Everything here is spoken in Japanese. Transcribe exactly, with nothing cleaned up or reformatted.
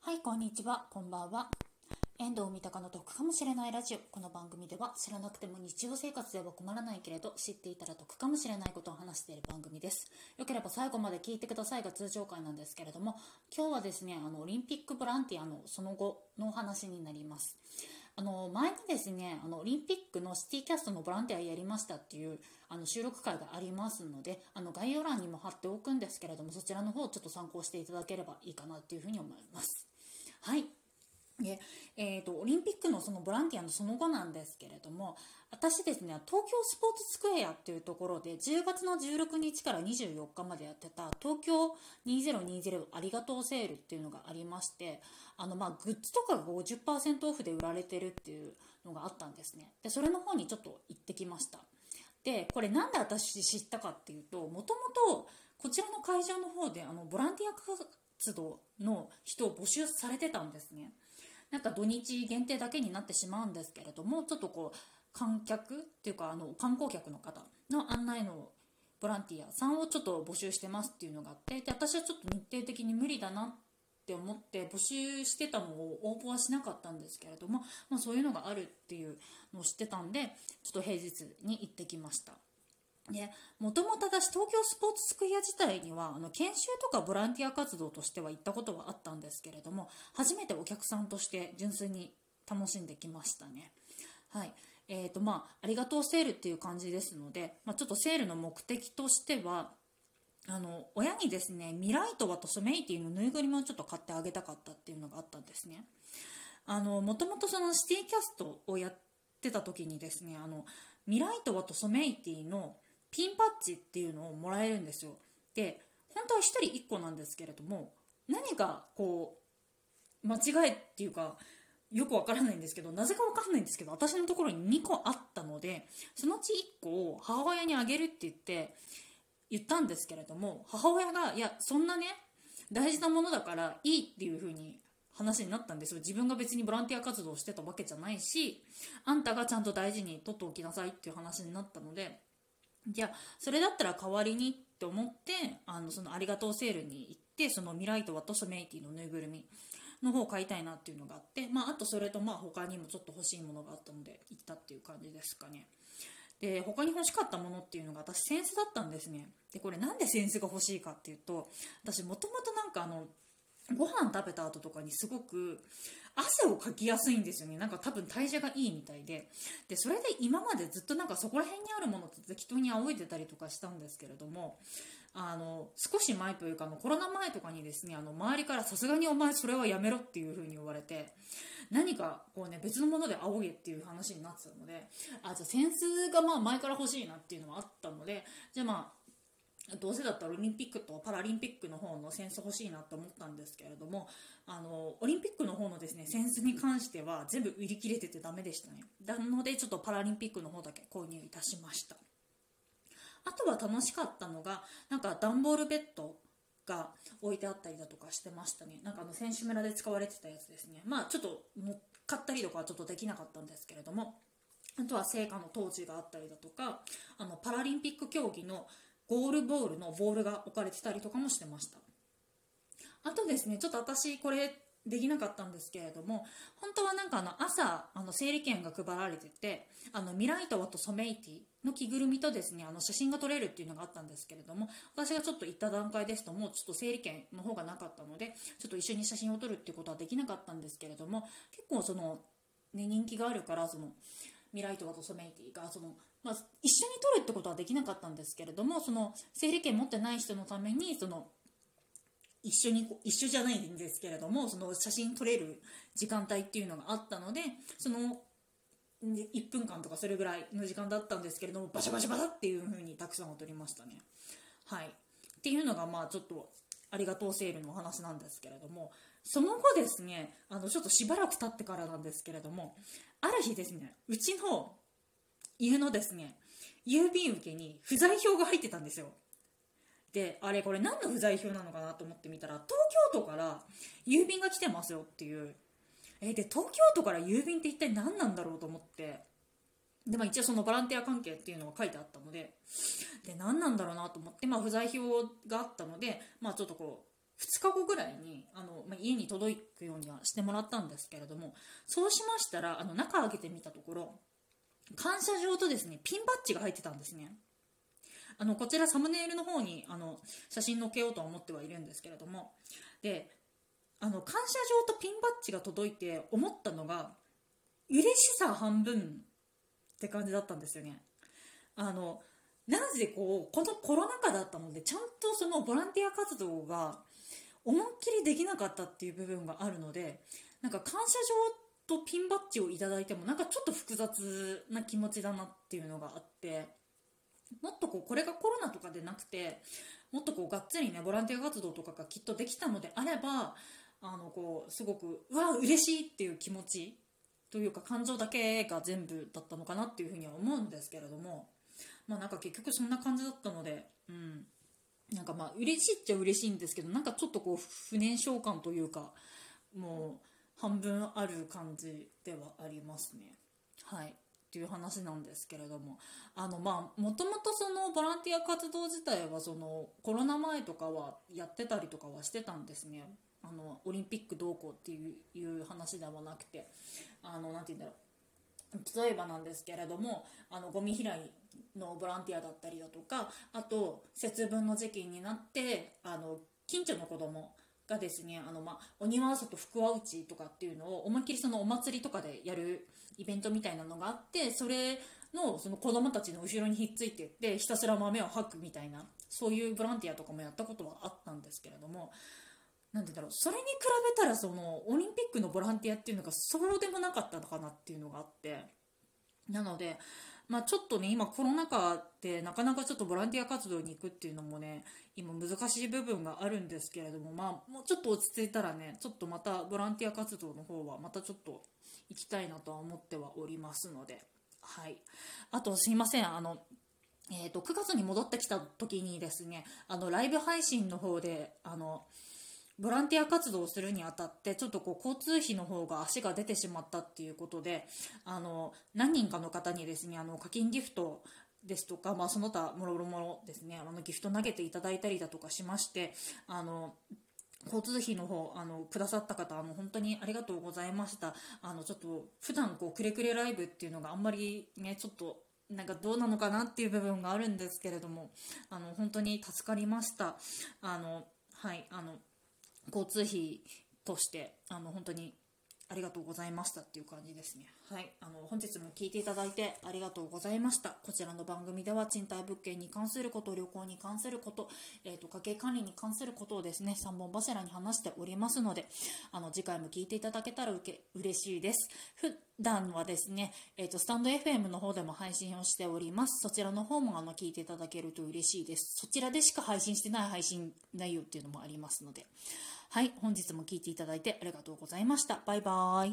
はい、こんにちは、こんばんは。遠藤三鷹の得かもしれないラジオ。この番組では知らなくても日常生活では困らないけれど知っていたら得かもしれないことを話している番組です。よければ最後まで聞いてくださいが通常回なんですけれども、今日はですね、あのオリンピックボランティアのその後のお話になります。あの前にですね、あのオリンピックのシティキャストのボランティアやりましたっていうあの収録回がありますので、あの概要欄にも貼っておくんですけれども、そちらの方をちょっと参考していただければいいかなっていうふうに思います。はい。でえー、とオリンピックのそのボランティアのその後なんですけれども、私ですね、東京スポーツスクエアっていうところでじゅうがつのじゅうろくにちからにじゅうよっかまでやってた東京にせんにじゅうありがとうセールっていうのがありまして、あのまあグッズとかが ごじゅっパーセント オフで売られてるっていうのがあったんですね。でそれの方にちょっと行ってきました。でこれなんで私知ったかっていうと、もともとこちらの会場の方であのボランティア活動の人を募集されてたんですね。なんか土日限定だけになってしまうんですけれども、ちょっとこう観客っていうかあの観光客の方の案内のボランティアさんをちょっと募集してますっていうのがあって、で私はちょっと日程的に無理だなって思って募集してたのを応募はしなかったんですけれども、まあ、そういうのがあるっていうのを知ってたんで、ちょっと平日に行ってきました。でもともと私東京スポーツスクエア自体にはあの研修とかボランティア活動としては行ったことはあったんですけれども、初めてお客さんとして純粋に楽しんできましたね。はい。えーとまあ、ありがとうセールっていう感じですので、まあ、ちょっとセールの目的としてはあの親にですね、ミライトワとソメイティのぬいぐるみをちょっと買ってあげたかったっていうのがあったんですね。あのもともとそのシティキャストをやってた時にですね、あのミライトワとソメイティのピンパッチっていうのをもらえるんですよ。で本当はひとりいっこなんですけれども、何かこう間違いっていうかよくわからないんですけど、なぜかわかんないんですけど、私のところににこあったので、そのうちいっこを母親にあげるって言って言ったんですけれども、母親がいやそんなね大事なものだからいいっていう風に話になったんですよ。自分が別にボランティア活動をしてたわけじゃないし、あんたがちゃんと大事に取っておきなさいっていう話になったので、じゃあそれだったら代わりにって思って、あのそのありがとうセールに行って、そのミライトワとソメイティのぬいぐるみの方を買いたいなっていうのがあって、まあ、あとそれとまあ他にもちょっと欲しいものがあったので行ったっていう感じですかね。で他に欲しかったものっていうのが私扇子だったんですね。でこれなんで扇子が欲しいかっていうと、私もともとなんかあのご飯食べた後とかにすごく汗をかきやすいんですよね。なんか多分代謝がいいみたいで、でそれで今までずっとなんかそこら辺にあるものって適当に仰いでたりとかしたんですけれども、あの少し前というかあのコロナ前とかにですね、あの周りからさすがにお前それはやめろっていう風に言われて、何かこうね別のもので仰げっていう話になってたので、あじゃあ扇子がまあ前から欲しいなっていうのはあったので、じゃあまあどうせだったらオリンピックとパラリンピックの方の扇子欲しいなと思ったんですけれども、あのオリンピックの方のですね扇子に関しては全部売り切れててダメでしたね。なのでちょっとパラリンピックの方だけ購入いたしました。あとは楽しかったのがなんか段ボールベッドが置いてあったりだとかしてましたね。なんかあの選手村で使われてたやつですね。まあちょっと買ったりとかはちょっとできなかったんですけれども、あとは聖火のトーチがあったりだとか、あのパラリンピック競技のゴールボールのボールが置かれてたりとかもしてました。あとですね、ちょっと私これできなかったんですけれども、本当はなんかあの朝あの整理券が配られてて、あのミライトワとソメイティの着ぐるみとですね、あの写真が撮れるっていうのがあったんですけれども、私がちょっと行った段階ですともうちょっと整理券の方がなかったので、ちょっと一緒に写真を撮るっていうことはできなかったんですけれども、結構その、ね、人気があるから、そのミライトワとソメイティがその、まあ、一緒に撮るってことはできなかったんですけれども、その整理券持ってない人のためにその一緒に一緒じゃないんですけれども、その写真撮れる時間帯っていうのがあったので、そのいっぷんかんとかそれぐらいの時間だったんですけれども、バシャバシャバシャっていう風にたくさん撮りましたね。はい。っていうのがまあちょっとありがとうセールのお話なんですけれども、その後ですね、あのちょっとしばらく経ってからなんですけれども、ある日ですね、うちの家のですね郵便受けに不在票が入ってたんですよ。であれこれ何の不在票なのかなと思ってみたら、東京都から郵便が来てますよっていう。えで東京都から郵便って一体何なんだろうと思って、で、まあ、一応そのボランティア関係っていうのが書いてあったので、で何なんだろうなと思って、まあ、不在票があったので、まあ、ちょっとこうふつかごぐらいにあの、まあ、家に届くようにはしてもらったんですけれども、そうしましたらあの中開けてみたところ、感謝状とですねピンバッジが入ってたんですね。あのこちらサムネイルの方にあの写真載っけようとは思ってはいるんですけれども、であの感謝状とピンバッジが届いて思ったのが、嬉しさ半分って感じだったんですよね。あのなぜこうこのコロナ禍だったので、ちゃんとそのボランティア活動が思いっきりできなかったっていう部分があるので、なんか感謝状とピンバッジをいただいてもなんかちょっと複雑な気持ちだなっていうのがあって、もっとこうこれがコロナとかでなくて、もっとこうがっつりねボランティア活動とかがきっとできたのであれば、あのこうすごくうわ嬉しいっていう気持ちというか感情だけが全部だったのかなっていうふうには思うんですけれども、まあなんか結局そんな感じだったので、うんなんかまあ嬉しいっちゃ嬉しいんですけど、なんかちょっとこう不燃焼感というか、もう半分ある感じではありますね。はいっていう話なんですけれども、あのまあもともとそのボランティア活動自体はそのコロナ前とかはやってたりとかはしてたんですね。あのオリンピックどうこうっていういう話ではなくて、あのなんて言うんだろう、例えばなんですけれども、あのゴミ拾いのボランティアだったりだとか、あと節分の時期になってあの近所の子供がですね、あの、まあ、お庭外福は内とかっていうのを思いっきりそのお祭りとかでやるイベントみたいなのがあって、それのその子供たちの後ろにひっついていってひたすら豆を吐くみたいな、そういうボランティアとかもやったことはあったんですけれども、なんて言うんだろう、それに比べたらそのオリンピックのボランティアっていうのがそうでもなかったのかなっていうのがあって、なので、まあ、ちょっとね今コロナ禍でなかなかちょっとボランティア活動に行くっていうのもね今難しい部分があるんですけれども、まあもうちょっと落ち着いたらねちょっとまたボランティア活動の方はまたちょっと行きたいなとは思ってはおりますので、はい。あとすいません、あのえー、とくがつに戻ってきた時にですね、あのライブ配信の方であのボランティア活動をするにあたってちょっとこう交通費の方が足が出てしまったっていうことで、あの何人かの方にですねあの課金ギフトですとか、まあ、その他もろもろですねあのギフト投げていただいたりだとかしまして、あの交通費の方あのくださった方あの本当にありがとうございました。あのちょっと普段こうくれくれライブっていうのがあんまりねちょっとなんかどうなのかなっていう部分があるんですけれども、あの本当に助かりました。あのはいあの交通費としてあの本当にありがとうございましたっていう感じですね。はい、あの本日も聞いていただいてありがとうございました。こちらの番組では賃貸物件に関すること、旅行に関すること、えーと、家計管理に関することをですねさんぼん柱に話しておりますので、あの次回も聞いていただけたらうけ嬉しいです。普段はですね、えーと、スタンド エフエム の方でも配信をしております。そちらの方もあの聞いていただけると嬉しいです。そちらでしか配信してない配信内容っていうのもありますので、はい、本日も聞いていただいてありがとうございました。バイバーイ。